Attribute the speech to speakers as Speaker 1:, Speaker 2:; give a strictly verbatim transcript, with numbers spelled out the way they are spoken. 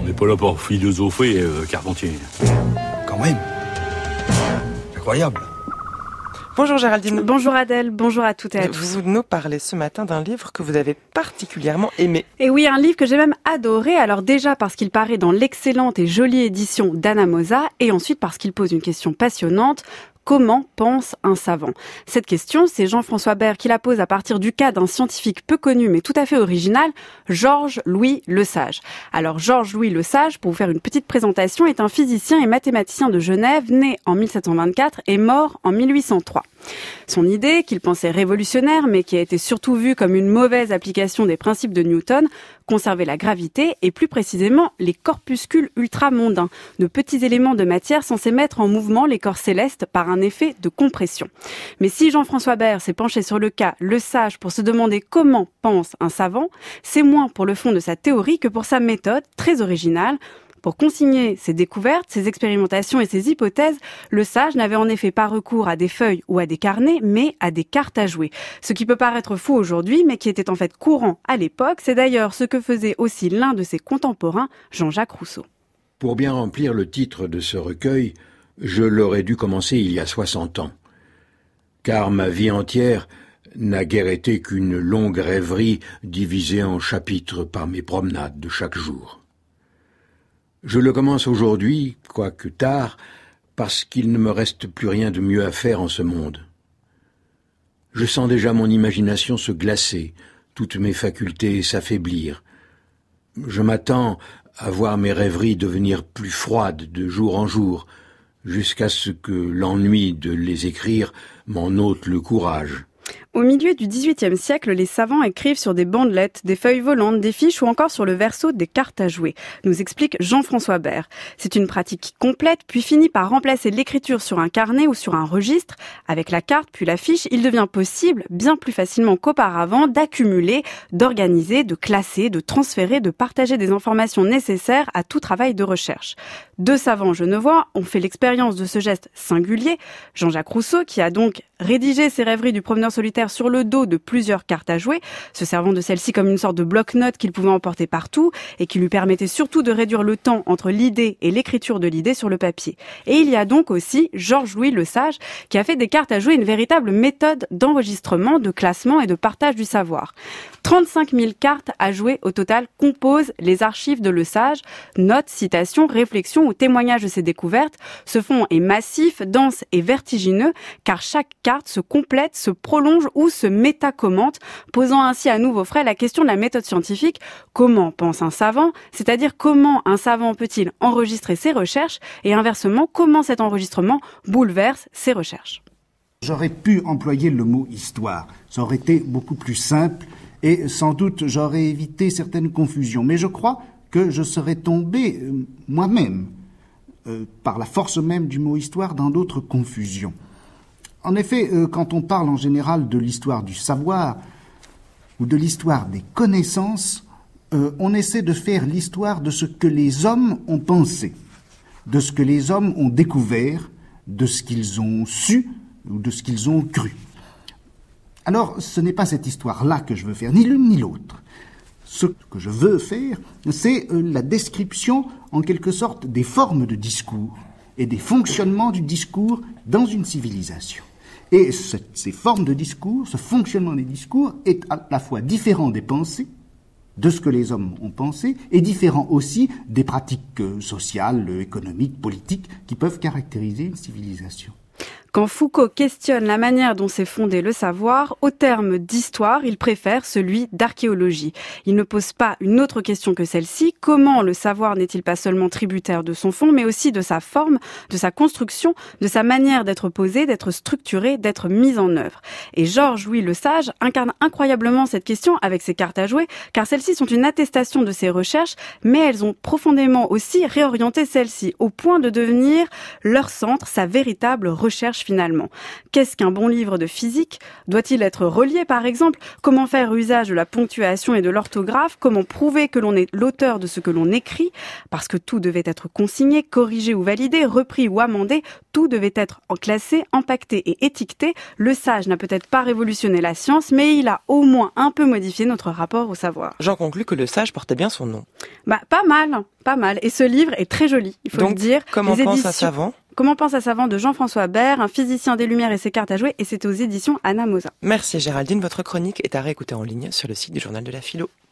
Speaker 1: On n'est pas là pour philosopher, euh, Carpentier.
Speaker 2: Quand même. C'est incroyable.
Speaker 3: Bonjour Géraldine.
Speaker 4: Bonjour Adèle, bonjour à toutes et à tous.
Speaker 3: Vous nous parlez ce matin d'un livre que vous avez particulièrement aimé.
Speaker 4: Et oui, un livre que j'ai même adoré, alors déjà parce qu'il paraît dans l'excellente et jolie édition d'Anna Mosa, et ensuite parce qu'il pose une question passionnante. Comment pense un savant ? Cette question, c'est Jean-François Bert qui la pose à partir du cas d'un scientifique peu connu mais tout à fait original, Georges-Louis Lesage. Alors Georges-Louis Lesage, pour vous faire une petite présentation, est un physicien et mathématicien de Genève, né en mille sept cent vingt-quatre et mort en mille huit cent trois. Son idée, qu'il pensait révolutionnaire mais qui a été surtout vue comme une mauvaise application des principes de Newton, conserver la gravité et plus précisément les corpuscules ultramondains, de petits éléments de matière censés mettre en mouvement les corps célestes par un effet de compression. Mais si Jean-François Bert s'est penché sur le cas Lesage pour se demander comment pense un savant, c'est moins pour le fond de sa théorie que pour sa méthode très originale. Pour consigner ses découvertes, ses expérimentations et ses hypothèses, Lesage n'avait en effet pas recours à des feuilles ou à des carnets, mais à des cartes à jouer. Ce qui peut paraître fou aujourd'hui, mais qui était en fait courant à l'époque. C'est d'ailleurs ce que faisait aussi l'un de ses contemporains, Jean-Jacques Rousseau.
Speaker 5: Pour bien remplir le titre de ce recueil, je l'aurais dû commencer il y a soixante ans. Car ma vie entière n'a guère été qu'une longue rêverie divisée en chapitres par mes promenades de chaque jour. Je le commence aujourd'hui, quoique tard, parce qu'il ne me reste plus rien de mieux à faire en ce monde. Je sens déjà mon imagination se glacer, toutes mes facultés s'affaiblir. Je m'attends à voir mes rêveries devenir plus froides de jour en jour, jusqu'à ce que l'ennui de les écrire m'en ôte le courage.
Speaker 4: Au milieu du dix-huitième siècle, les savants écrivent sur des bandelettes, des feuilles volantes, des fiches ou encore sur le verso des cartes à jouer, nous explique Jean-François Bert. C'est une pratique qui complète, puis finit par remplacer l'écriture sur un carnet ou sur un registre. Avec la carte puis la fiche, il devient possible, bien plus facilement qu'auparavant, d'accumuler, d'organiser, de classer, de transférer, de partager des informations nécessaires à tout travail de recherche. Deux savants genevois ont fait l'expérience de ce geste singulier. Jean-Jacques Rousseau, qui a donc rédigé ses rêveries du promeneur solitaire sur le dos de plusieurs cartes à jouer, se servant de celles-ci comme une sorte de bloc-notes qu'il pouvait emporter partout et qui lui permettait surtout de réduire le temps entre l'idée et l'écriture de l'idée sur le papier. Et il y a donc aussi Georges-Louis Lesage qui a fait des cartes à jouer une véritable méthode d'enregistrement, de classement et de partage du savoir. trente-cinq mille cartes à jouer au total composent les archives de Lesage. Notes, citations, réflexions ou témoignages de ses découvertes. Ce fond est massif, dense et vertigineux car chaque carte se complète, se prolonge ou se métacommente, posant ainsi à nouveau frais la question de la méthode scientifique. Comment pense un savant ? C'est-à-dire comment un savant peut-il enregistrer ses recherches et inversement, comment cet enregistrement bouleverse ses recherches.
Speaker 6: J'aurais pu employer le mot histoire. Ça aurait été beaucoup plus simple et sans doute j'aurais évité certaines confusions. Mais je crois que je serais tombé euh, moi-même, euh, par la force même du mot histoire, dans d'autres confusions. En effet, euh, quand on parle en général de l'histoire du savoir ou de l'histoire des connaissances, euh, on essaie de faire l'histoire de ce que les hommes ont pensé, de ce que les hommes ont découvert, de ce qu'ils ont su ou de ce qu'ils ont cru. Alors, ce n'est pas cette histoire-là que je veux faire, ni l'une ni l'autre. Ce que je veux faire, c'est euh, la description, en quelque sorte, des formes de discours et des fonctionnements du discours dans une civilisation. Et ce, ces formes de discours, ce fonctionnement des discours est à la fois différent des pensées, de ce que les hommes ont pensé, et différent aussi des pratiques sociales, économiques, politiques qui peuvent caractériser une civilisation.
Speaker 4: Quand Foucault questionne la manière dont s'est fondé le savoir, au terme d'histoire, il préfère celui d'archéologie. Il ne pose pas une autre question que celle-ci. Comment le savoir n'est-il pas seulement tributaire de son fond, mais aussi de sa forme, de sa construction, de sa manière d'être posé, d'être structuré, d'être mis en œuvre. Et Georges-Louis Lesage incarne incroyablement cette question avec ses cartes à jouer, car celles-ci sont une attestation de ses recherches, mais elles ont profondément aussi réorienté celles-ci, au point de devenir leur centre, sa véritable recherche finalement. Qu'est-ce qu'un bon livre de physique ? Doit-il être relié par exemple ? Comment faire usage de la ponctuation et de l'orthographe ? Comment prouver que l'on est l'auteur de ce que l'on écrit ? Parce que tout devait être consigné, corrigé ou validé, repris ou amendé, tout devait être classé, empaqueté et étiqueté. Le sage n'a peut-être pas révolutionné la science, mais il a au moins un peu modifié notre rapport au savoir.
Speaker 3: J'en conclus que le sage portait bien son nom.
Speaker 4: Bah, pas mal, pas mal. Et ce livre est très joli, il faut
Speaker 3: Donc,
Speaker 4: le dire.
Speaker 3: Comment
Speaker 4: Les
Speaker 3: pense
Speaker 4: éditions...
Speaker 3: un savant ?
Speaker 4: Comment pense un savant de Jean-François Bert, un physicien des Lumières et ses cartes à jouer, et c'est aux éditions Anna Mosa.
Speaker 3: Merci Géraldine, votre chronique est à réécouter en ligne sur le site du Journal de la Philo.